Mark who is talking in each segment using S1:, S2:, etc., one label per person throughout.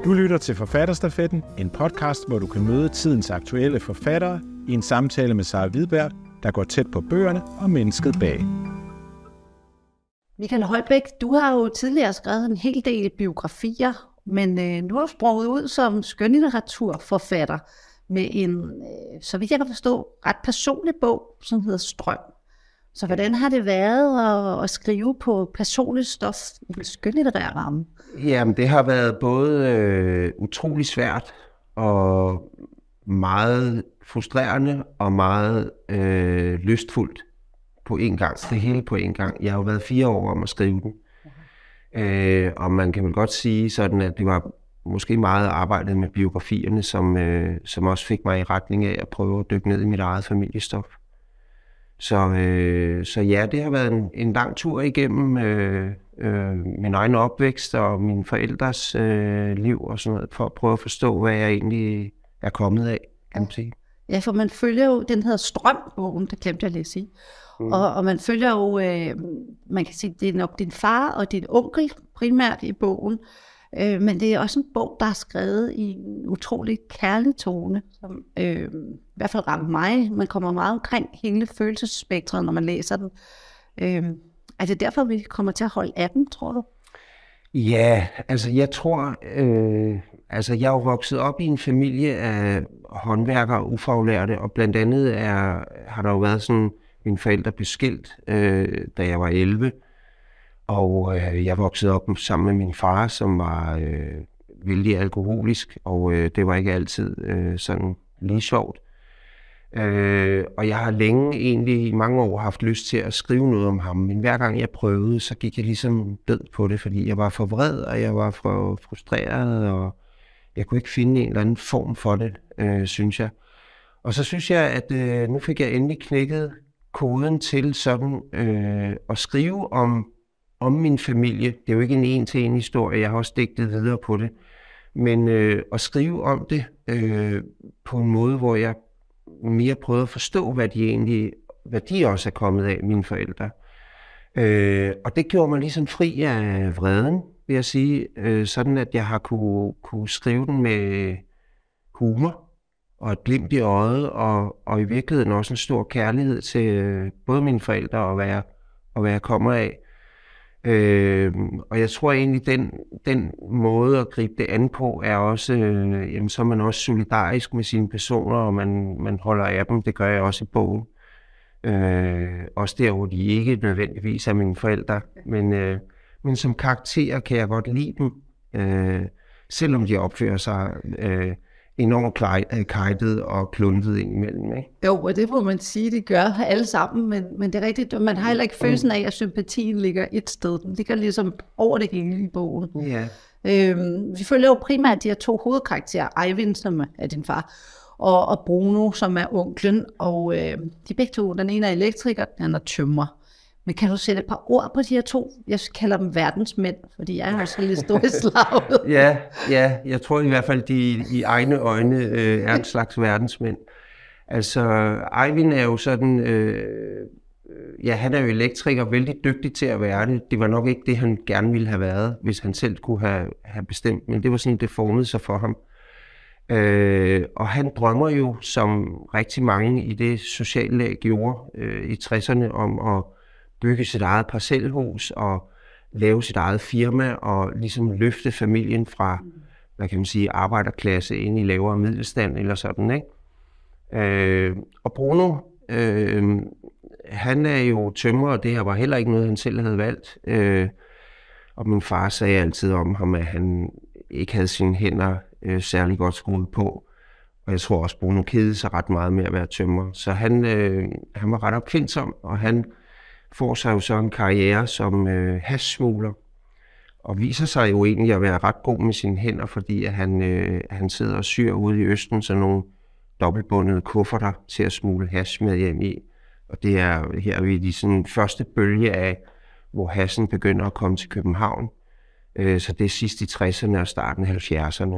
S1: Du lytter til Forfatterstafetten, en podcast, hvor du kan møde tidens aktuelle forfattere i en samtale med Sara Hvidberg, der går tæt på bøgerne og mennesket bag.
S2: Michael Højbæk, du har jo tidligere skrevet en hel del biografier, men nu har du sprunget ud som skønlitteraturforfatter med en, så vidt jeg kan forstå, ret personlig bog, som hedder Strøm. Så hvordan har det været at skrive på personligt stof i en skønlitterær ramme?
S3: Jamen, det har været både utrolig svært og meget frustrerende og meget lystfuldt på en gang. Det hele på en gang. Jeg har jo været 4 år om at skrive den. Og man kan vel godt sige sådan, at det var måske meget arbejdet med biografierne, som også fik mig i retning af at prøve at dykke ned i mit eget familiestof. Så ja, det har været en lang tur igennem min egen opvækst og mine forældres liv og sådan noget, for at prøve at forstå, hvad jeg egentlig er kommet af, kan man sige.
S2: Ja, for man følger jo, den hedder Strøm-bogen, det glemte jeg lige at sige. Og man følger jo, man kan sige, det er nok din far og din onkel primært i bogen, men det er også en bog, der er skrevet i en utrolig kærlig tone, som i hvert fald ramte mig. Man kommer meget omkring hele følelsesspektret, når man læser den. Er det derfor, vi kommer til at holde af den, tror du?
S3: Ja, altså jeg tror, jeg er jo vokset op i en familie af håndværkere og ufaglærte, og blandt andet har der jo været sådan, mine forældre blev skilt, da jeg var 11. Og jeg voksede op sammen med min far, som var vældig alkoholisk, og det var ikke altid sådan lige sjovt. Og jeg har længe, egentlig i mange år, haft lyst til at skrive noget om ham, men hver gang jeg prøvede, så gik jeg ligesom død på det, fordi jeg var for vred, og jeg var for frustreret, og jeg kunne ikke finde en eller anden form for det, synes jeg. Og så synes jeg, at nu fik jeg endelig knækket koden til sådan at skrive om min familie. Det er jo ikke en en-til-en historie, jeg har også digtet videre på det. Men at skrive om det på en måde, hvor jeg mere prøvede at forstå, hvad de også er kommet af, mine forældre. Og det gjorde mig ligesom fri af vreden, vil jeg sige. Sådan at jeg har kunne skrive den med humor og et glimt i øjet, og i virkeligheden også en stor kærlighed til både mine forældre og hvad jeg kommer af. Og jeg tror egentlig, den måde at gribe det an på er også, så er man også solidarisk med sine personer, og man holder af dem. Det gør jeg også i bogen. Også der, hvor de ikke nødvendigvis er mine forældre. Men som karakterer kan jeg godt lide dem, selvom de opfører sig enormt kajtet og kluntet indimellem, ikke?
S2: Jo, og det må man sige, det gør alle sammen, men det er rigtigt, man har heller ikke følelsen af, at sympatien ligger et sted. Den ligger ligesom over det hele i bogen.
S3: Yeah.
S2: Vi følger jo primært de her 2 hovedkarakterer, Eivind, som er din far, og Bruno, som er onklen, og de begge 2, den ene er elektriker, den anden er tømrer. Men kan du sætte et par ord på de her 2? Jeg kalder dem verdensmænd, fordi jeg er også lidt stor i slaget.
S3: Ja, jeg tror i hvert fald, de i egne øjne er en slags verdensmænd. Altså, Eivind er jo sådan, han er jo elektriker, vældig dygtig til at være det. Det var nok ikke det, han gerne ville have været, hvis han selv kunne have bestemt, men det var sådan, det formede sig for ham. Og han drømmer jo, som rigtig mange i det sociale lag gjorde i 60'erne, om at bygge sit eget parcelhus og lave sit eget firma og ligesom løfte familien fra, hvad kan man sige, arbejderklasse ind i lavere middelstand eller sådan, ikke? Og Bruno, han er jo tømrer, og det her var heller ikke noget, han selv havde valgt. Og min far sagde altid om ham, at han ikke havde sine hænder særlig godt skruet på. Og jeg tror også, Bruno kedede sig ret meget med at være tømrer. Så han var ret opfindsom, og han får sig jo så en karriere som hashsmugler, og viser sig jo egentlig at være ret god med sine hænder, fordi at han sidder og syr ude i Østen sådan nogle dobbeltbundede kufferter til at smugle hash med hjem i. Og det er her ved de sådan første bølge af, hvor hashen begynder at komme til København. Så det er sidst i 60'erne og starten af 70'erne.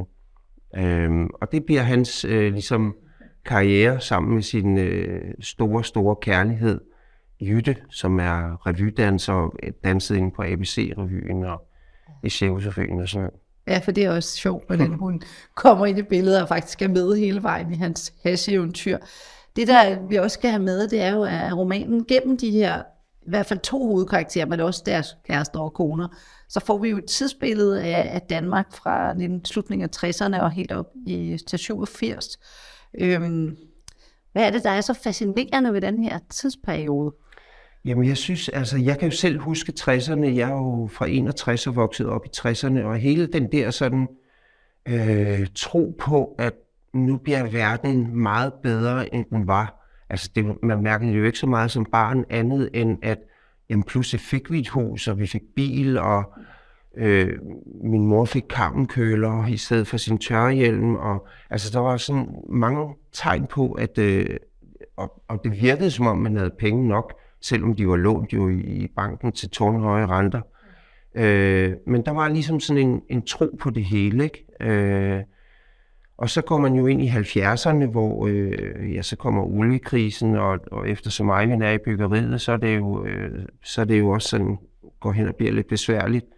S3: Og det bliver hans ligesom karriere sammen med sin store kærlighed, Jytte, som er revydanser og dansede inde på ABC-revyen og i Cirkusrevyen og sådan noget.
S2: Ja, for det er også sjovt, hvordan hun kommer ind i billedet og faktisk er med hele vejen i hans hash-eventyr. Det, der vi også skal have med, det er jo, at romanen gennem de her, i hvert fald 2 hovedkarakterer, men også deres kærester og koner, så får vi jo et tidsbillede af Danmark fra slutningen af 60'erne og helt op til 87. Hvad er det, der er så fascinerende ved den her tidsperiode?
S3: Jamen jeg synes, altså jeg kan jo selv huske 60'erne, jeg er jo fra 61 og vokset op i 60'erne, og hele den der sådan tro på, at nu bliver verden meget bedre, end den var. Altså man mærkede jo ikke så meget som barn andet, end at jamen, pludselig fik vi et hus, og vi fik bil, og min mor fik kammenkøler i stedet for sin tørrehjelm, og altså der var sådan mange tegn på, at og det virkede som om man havde penge nok, selvom de var lånt jo i banken til tårnhøje renter. Men der var ligesom sådan en tro på det hele, ikke? Og så går man jo ind i 70'erne, hvor så kommer oliekrisen, og eftersom Eivind er i byggeriet, så er det jo også sådan, går hen og bliver lidt besværligt.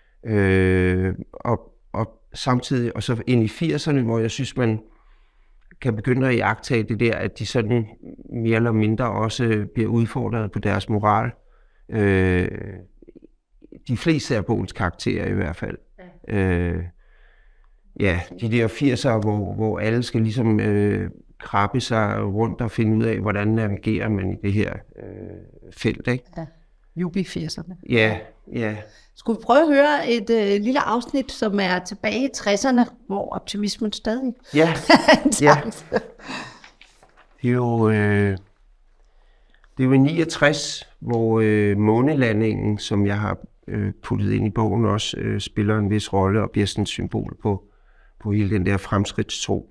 S3: Og samtidig, og så ind i 80'erne, hvor jeg synes, man kan begynde at iagttage det der, at de sådan mere eller mindre også bliver udfordret på deres moral. De fleste af bogens karakterer i hvert fald. De der 80'ere, hvor alle skal ligesom krabbe sig rundt og finde ud af, hvordan navigerer man i det her felt, ikke?
S2: Ja, jubi 80'erne.
S3: Ja.
S2: Skulle vi prøve at høre et lille afsnit, som er tilbage i 60'erne, hvor optimismen stadig
S3: ja. Det er jo i 69, hvor månelandingen, som jeg har puttet ind i bogen, også spiller en vis rolle og bliver sådan et symbol på hele den der fremskridtstro.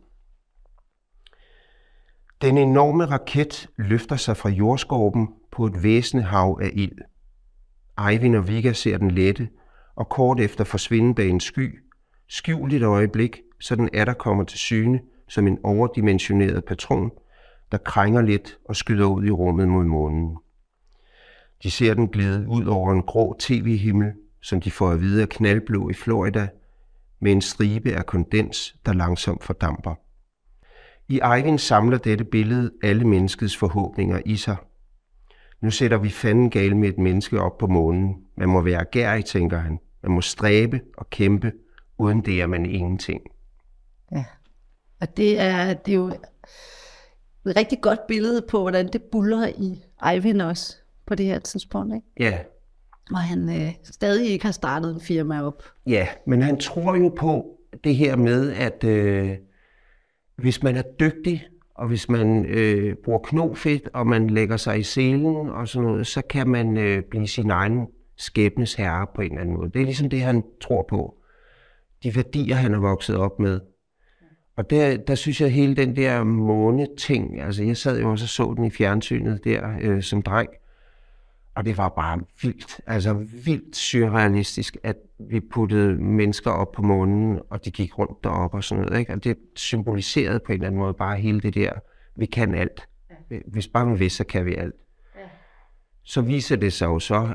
S3: Den enorme raket løfter sig fra jordskorpen på et væsende hav af ild. Eivind og Vigga ser den lette, og kort efter forsvinde bag en sky, skjult et øjeblik, så den atter kommer til syne som en overdimensioneret patron, der krænger lidt og skyder ud i rummet mod månen. De ser den glide ud over en grå tv-himmel, som de får at vide er knaldblå i Florida, med en stribe af kondens, der langsomt fordamper. I Eivind samler dette billede alle menneskets forhåbninger i sig. Nu sætter vi fanden gale med et menneske op på månen. Man må være gærig, tænker han. Man må stræbe og kæmpe, uden det er man ingenting.
S2: Ja, og det er jo et rigtig godt billede på, hvordan det buldrer i Eivind også på det her tidspunkt, ikke?
S3: Ja.
S2: Hvor han stadig ikke har startet en firma op.
S3: Ja, men han tror jo på det her med, at hvis man er dygtig, og hvis man bruger knofedt, og man lægger sig i selen og sådan noget, så kan man blive sin egen skæbnes herre på en eller anden måde. Det er ligesom det, han tror på. De værdier, han er vokset op med. Og der synes jeg, hele den der måne-ting, altså jeg sad jo også og så den i fjernsynet der som dreng, og det var bare vildt surrealistisk, at vi puttede mennesker op på månen, og de gik rundt deroppe og sådan noget, ikke? Og det symboliserede på en eller anden måde bare hele det der, vi kan alt. Ja. Hvis bare man vil, så kan vi alt. Ja. Så viser det sig jo så,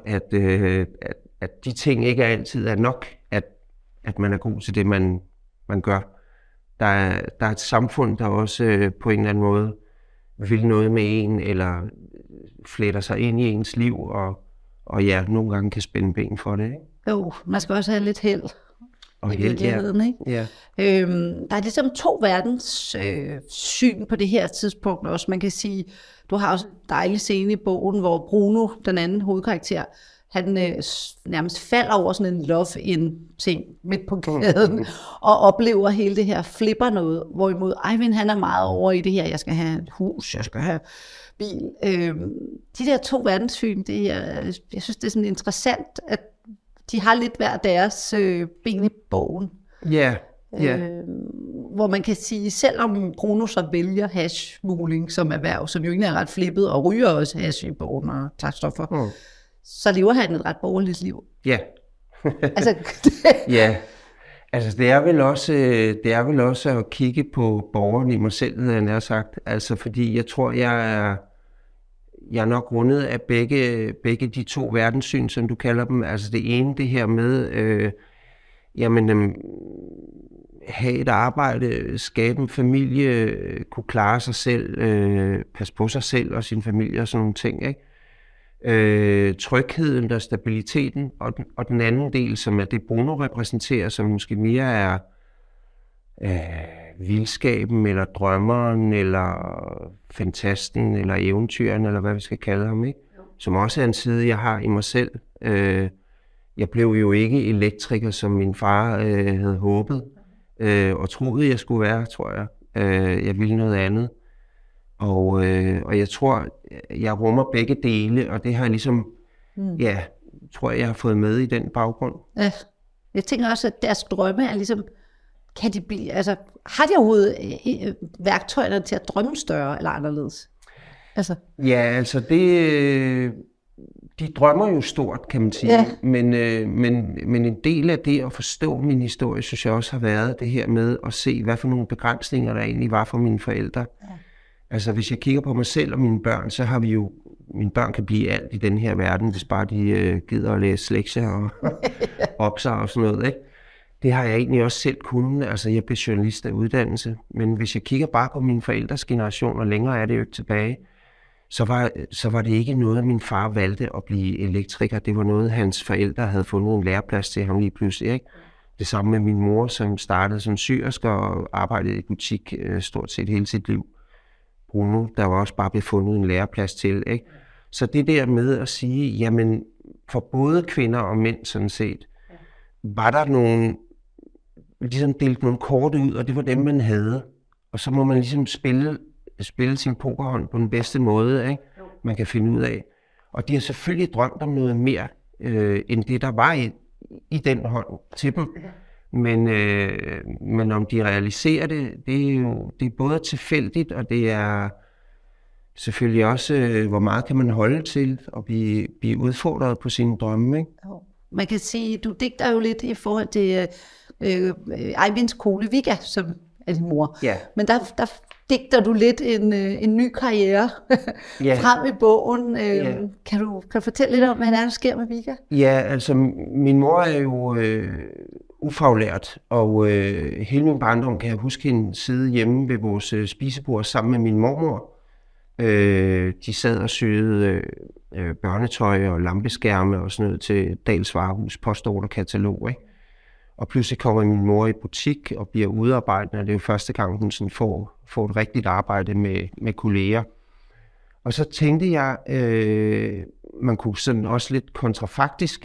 S3: at de ting ikke altid er nok, at man er god til det, man gør. Der er et samfund, der også på en eller anden måde vil noget med en, eller fletter sig ind i ens liv, og ja, nogle gange kan spænde ben for det, ikke?
S2: Jo, man skal også have lidt held.
S3: Og held,
S2: ja. Ikke?
S3: Ja.
S2: Der er ligesom 2 verdens syn på det her tidspunkt også. Man kan sige, du har også en dejlig scene i bogen, hvor Bruno, den anden hovedkarakter, han nærmest falder over sådan en love-in-ting midt på gaden, og oplever hele det her, flipper noget, hvorimod Eivind, han er meget over i det her, jeg skal have et hus, jeg skal have bil. De der 2 verdenssyn, jeg synes, det er sådan interessant, at de har lidt hver deres ben i bogen.
S3: Ja.
S2: Hvor man kan sige, selvom Bruno så vælger hashsmugling som erhverv, som jo egentlig er ret flippet, og ryger også hash i bogen og tager stoffer, så lever han et ret borgerligt liv.
S3: Ja.
S2: Altså,
S3: ja. Altså det er vel også at kigge på borgeren i mig selv, havde jeg nær sagt. Altså fordi jeg tror, jeg er nok rundet af begge de 2 verdenssyn, som du kalder dem. Altså det ene, det her med, jamen, have et arbejde, skabe en familie, kunne klare sig selv, passe på sig selv og sin familie og sådan nogle ting, ikke? Trygheden og stabiliteten, og den anden del, som er det Bruno repræsenterer, som måske mere er vildskaben, eller drømmeren, eller fantasten, eller eventyren, eller hvad vi skal kalde ham, ikke? Som også er en side, jeg har i mig selv. Jeg blev jo ikke elektriker, som min far havde håbet, og troede, jeg skulle være, tror jeg. Jeg ville noget andet. Og jeg tror, jeg rummer begge dele, og det har jeg ligesom, tror jeg har fået med i den baggrund.
S2: Ja. Jeg tænker også, at deres drømme er ligesom, kan de blive, altså, har de overhovedet værktøjerne til at drømme større eller anderledes? Altså.
S3: Ja, altså de drømmer jo stort, kan man sige, men en del af det at forstå min historie, synes jeg også har været det her med at se, hvad for nogle begrænsninger der egentlig var for mine forældre. Ja. Altså hvis jeg kigger på mig selv og mine børn, så har vi jo, mine børn kan blive alt i den her verden, hvis bare de gider at læse lektier og opsag og sådan noget, ikke? Det har jeg egentlig også selv kunnet, altså jeg blev journalist af uddannelse, men hvis jeg kigger bare på mine forældres generation, og længere er det jo ikke tilbage, så var det ikke noget, at min far valgte at blive elektriker. Det var noget, hans forældre havde fundet en læreplads til ham lige pludselig, ikke? Det samme med min mor, som startede som syerske og arbejdede i butik stort set hele sit liv. Bruno, der var også bare blevet fundet en læreplads til, ikke? Så det der med at sige, jamen for både kvinder og mænd sådan set, var der nogle, ligesom delt nogle kort ud, og det var dem, man havde. Og så må man ligesom spille sin pokerhånd på den bedste måde, ikke? Man kan finde ud af. Og de har selvfølgelig drømt om noget mere, end det, der var i den hånd til dem. Men om de realiserer det, det er både tilfældigt, og det er selvfølgelig også, hvor meget kan man holde til at blive udfordret på sine drømme, ikke?
S2: Man kan sige, du digter jo lidt i forhold til Eivinds kone Vigga, som er din mor.
S3: Ja.
S2: Men der digter du lidt en ny karriere frem i bogen. Kan du fortælle lidt om, hvad der sker med Vigga?
S3: Ja, altså min mor er jo ufaglært, og hele min barndom kan jeg huske hende sidde hjemme ved vores spisebord sammen med min mormor. De sad og syede børnetøj og lampeskærme og sådan noget til Dahls Varehus postorderkatalog, ikke? Og pludselig kommer min mor i butik og bliver udarbejdende, og det er jo første gang, hun sådan får et rigtigt arbejde med kolleger. Og så tænkte jeg, man kunne sådan også lidt kontrafaktisk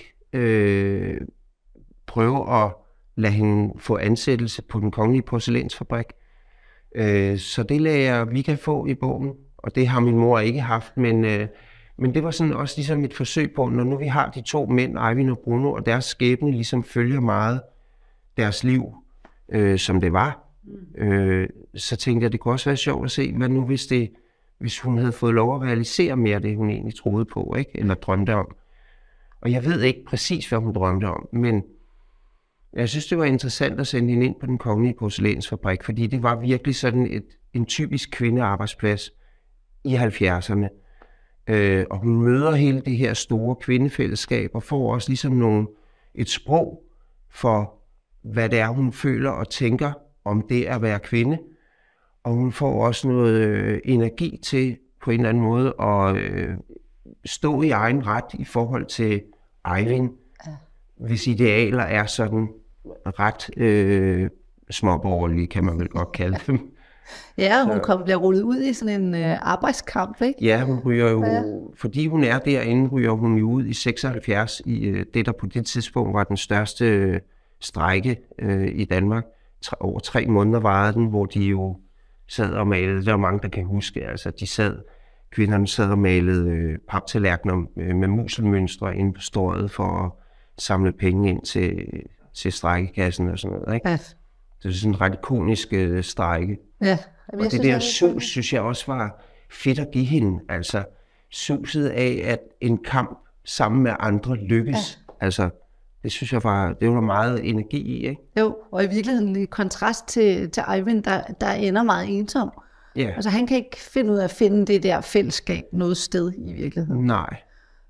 S3: prøve at lade hende få ansættelse på Den Kongelige Porcelænsfabrik. Så det lagde jeg Vigga få i bogen, og det har min mor ikke haft, men det var sådan også ligesom et forsøg på, når nu vi har de to mænd, Eivind og Bruno, og deres skæbne ligesom følger meget deres liv, som det var. Så tænkte jeg, det kunne også være sjovt at se, hvad nu hvis hun havde fået lov at realisere mere af det, hun egentlig troede på, ikke? Eller drømte om. Og jeg ved ikke præcis, hvad hun drømte om, men jeg synes, det var interessant at sende hende ind på Den Kongelige Porcelænsfabrik, fordi det var virkelig sådan en typisk kvindearbejdsplads i 70'erne. Og hun møder hele det her store kvindefællesskab og får også ligesom et sprog for, hvad det er, hun føler og tænker om det at være kvinde. Og hun får også noget energi til på en eller anden måde at stå i egen ret i forhold til Eivind, hvis idealer er sådan ret småborgerlige, kan man vel godt kalde dem.
S2: Ja, hun bliver rullet ud i sådan en arbejdskamp, ikke?
S3: Ja, hun ryger jo, fordi hun er derinde, ryger hun jo ud i 76 i det, der på det tidspunkt var den største strejke i Danmark. Over 3 måneder varede den, hvor de jo sad og malede. Der er mange, der kan huske, altså kvinderne sad og malede paptallerkener med muselmønstre inde på strøget for at samle penge ind til strejkekassen og sådan noget, ikke? Ja. Det er sådan en ret ikonisk strejke. Ja. Og det der sus, synes jeg også var fedt at give hende. Altså suset af, at en kamp sammen med andre lykkes. Ja. Altså, det synes jeg det var meget energi i, ikke?
S2: Jo, og i virkeligheden i kontrast til Eivind, der ender meget ensom. Ja. Altså han kan ikke finde ud af at finde det der fællesskab noget sted i virkeligheden.
S3: Nej,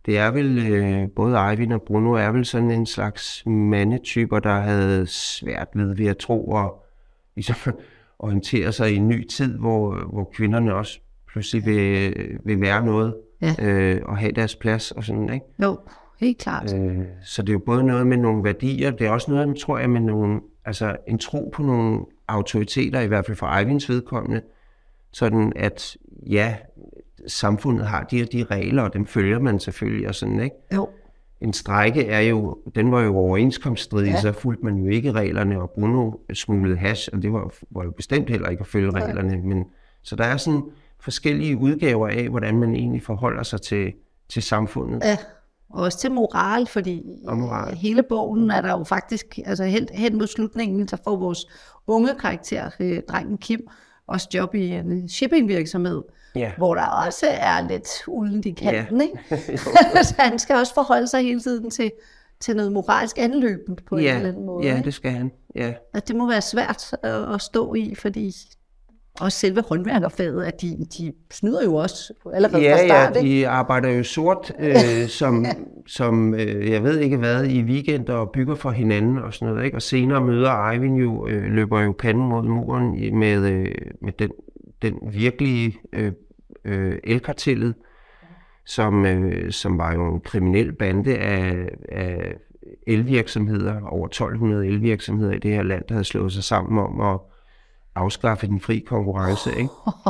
S3: Det er vel, både Eivind og Bruno er vel sådan en slags mandetyper, der havde svært ved at tro og ligesom orientere sig i en ny tid, hvor kvinderne også pludselig vil være noget og have deres plads og sådan, ikke?
S2: Jo, helt klart.
S3: Så det er jo både noget med nogle værdier, det er også noget, tror jeg, med nogle, altså en tro på nogle autoriteter, i hvert fald for Eivinds vedkommende, sådan at ja, samfundet har de og de regler, og dem følger man selvfølgelig og sådan, ikke? Jo. En strejke er jo, den var jo overenskomststridig, så fulgte man jo ikke reglerne, og Bruno smuglede hash, og det var jo bestemt heller ikke at følge reglerne. Men, så der er sådan forskellige udgaver af, hvordan man egentlig forholder sig til samfundet. Ja,
S2: og også til moral, fordi hele bogen er der jo faktisk, altså hen mod slutningen, så får vores unge karakter, drengen Kim, også job i en shippingvirksomhed, hvor der også er lidt uldent i kanten, ikke? Så han skal også forholde sig hele tiden til noget moralsk anløbent på en eller anden måde.
S3: Ja, det skal han. Ja.
S2: Og det må være svært at stå i, fordi også selve håndværkerfaget, at de snyder jo også allerede fra start.
S3: Ja, de arbejder jo sort, som jeg ved ikke hvad, i weekender og bygger for hinanden og sådan noget, ikke? Og senere møder Eivind jo, løber jo panden mod muren med den virkelige elkartellet, som var jo en kriminel bande af elvirksomheder, over 1200 elvirksomheder i det her land, der havde slået sig sammen om at afskaffe den fri konkurrence, ikke?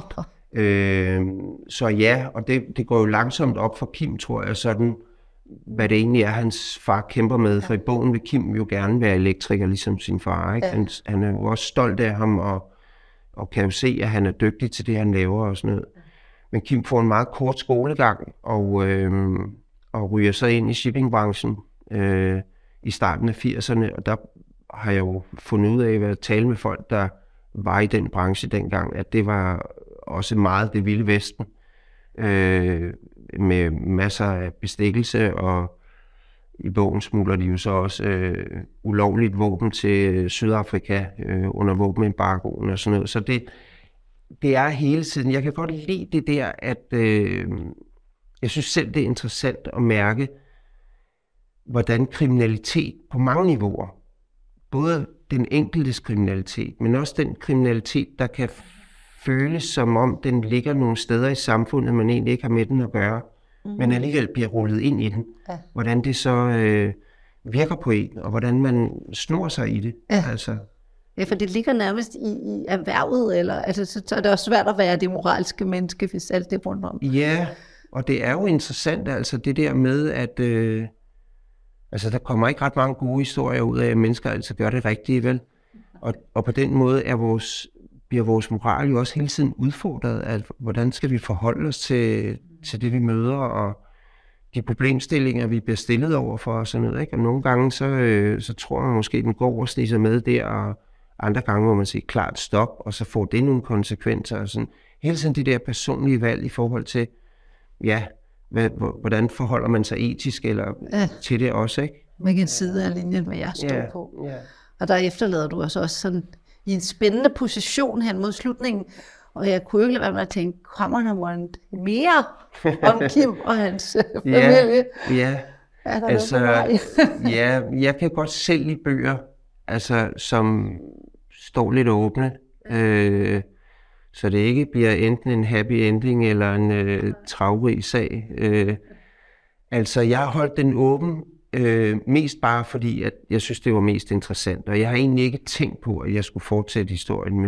S3: Så ja, og det går jo langsomt op for Kim, tror jeg, sådan, hvad det egentlig er, hans far kæmper med. For i bogen vil Kim jo gerne være elektriker, ligesom sin far, ikke? Han er jo også stolt af ham, og kan jo se, at han er dygtig til det, han laver og sådan noget. Men Kim får en meget kort skolegang, og ryger så ind i shippingbranchen i starten af 80'erne, og der har jeg jo fundet ud af at tale med folk, der var i den branche dengang, at det var også meget det vilde vesten, med masser af bestikkelse, og i bogen smugler de jo så også ulovligt våben til Sydafrika under våbenembargoen og sådan noget. Så det er hele tiden. Jeg kan godt lide det der, at jeg synes selv, det er interessant at mærke, hvordan kriminalitet på mange niveauer, både den enkeltes kriminalitet, men også den kriminalitet, der kan føles som om, den ligger nogle steder i samfundet, man egentlig ikke har med den at gøre, men alligevel bliver rullet ind i den. Ja. Hvordan det så virker på en, og hvordan man snor sig i det.
S2: Ja. Altså. Ja, for det ligger nærmest i erhvervet, eller altså, så er det også svært at være det moralske menneske, hvis alt det rundt om.
S3: Ja, og det er jo interessant, altså det der med, at altså, der kommer ikke ret mange gode historier ud af, at mennesker altså gør det rigtige, vel? Og på den måde bliver vores moral jo også hele tiden udfordret, at hvordan skal vi forholde os til det, vi møder, og de problemstillinger, vi bliver stillet over for og sådan noget, ikke? Og nogle gange, så tror man måske, den går og sniger sig med der, og andre gange må man sige klart stop, og så får det nogle konsekvenser. Og sådan. Hele tiden det der personlige valg i forhold til, ja, hvordan forholder man sig etisk eller til det også, ikke?
S2: Hvilken side af linjen vil jeg stå på. Yeah. Og der efterlader du os også sådan i en spændende position hen mod slutningen. Og jeg kunne ikke lade være med at tænke, kommer der mere om Kim og hans familie?
S3: Ja, altså, jeg kan godt selv lide bøger, altså, som står lidt åbne. Så det ikke bliver enten en happy ending eller en travrig sag. Altså, jeg har holdt den åben, mest bare fordi, at jeg synes, det var mest interessant. Og jeg har egentlig ikke tænkt på, at jeg skulle fortsætte historien.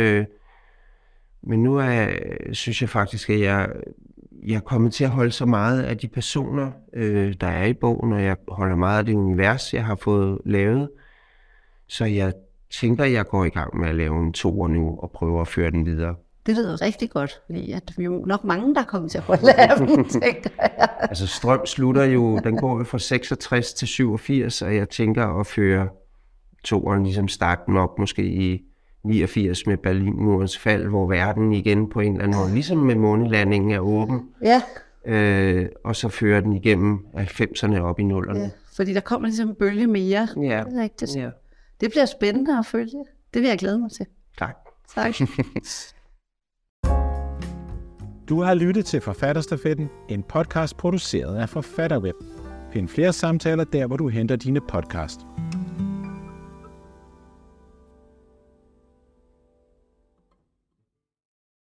S3: Men nu synes jeg faktisk, at jeg er kommet til at holde så meget af de personer, der er i bogen, og jeg holder meget af det univers, jeg har fået lavet. Så jeg tænker, at jeg går i gang med at lave en 2'er nu og prøve at føre den videre.
S2: Det lyder rigtig godt, fordi at vi er jo nok mange, der kommer til at holde af dem, tænker jeg.
S3: Altså Strøm slutter jo, den går jo fra 66 til 87, og jeg tænker at føre 2'eren, ligesom starte den op måske i 89 med Berlinmurens fald, hvor verden igen på en eller anden måde, ligesom med månelandingen, er åben. Ja. Og så fører den igennem 90'erne op i 0'erne. Ja,
S2: fordi der kommer ligesom en bølge mere. Ja. Det er rigtigt. Ja. Det bliver spændende at følge. Det vil jeg glæde mig til.
S3: Tak.
S2: Tak.
S1: Du har lyttet til Forfatterstafetten, en podcast produceret af Forfatterweb. Find flere samtaler der, hvor du henter dine podcast.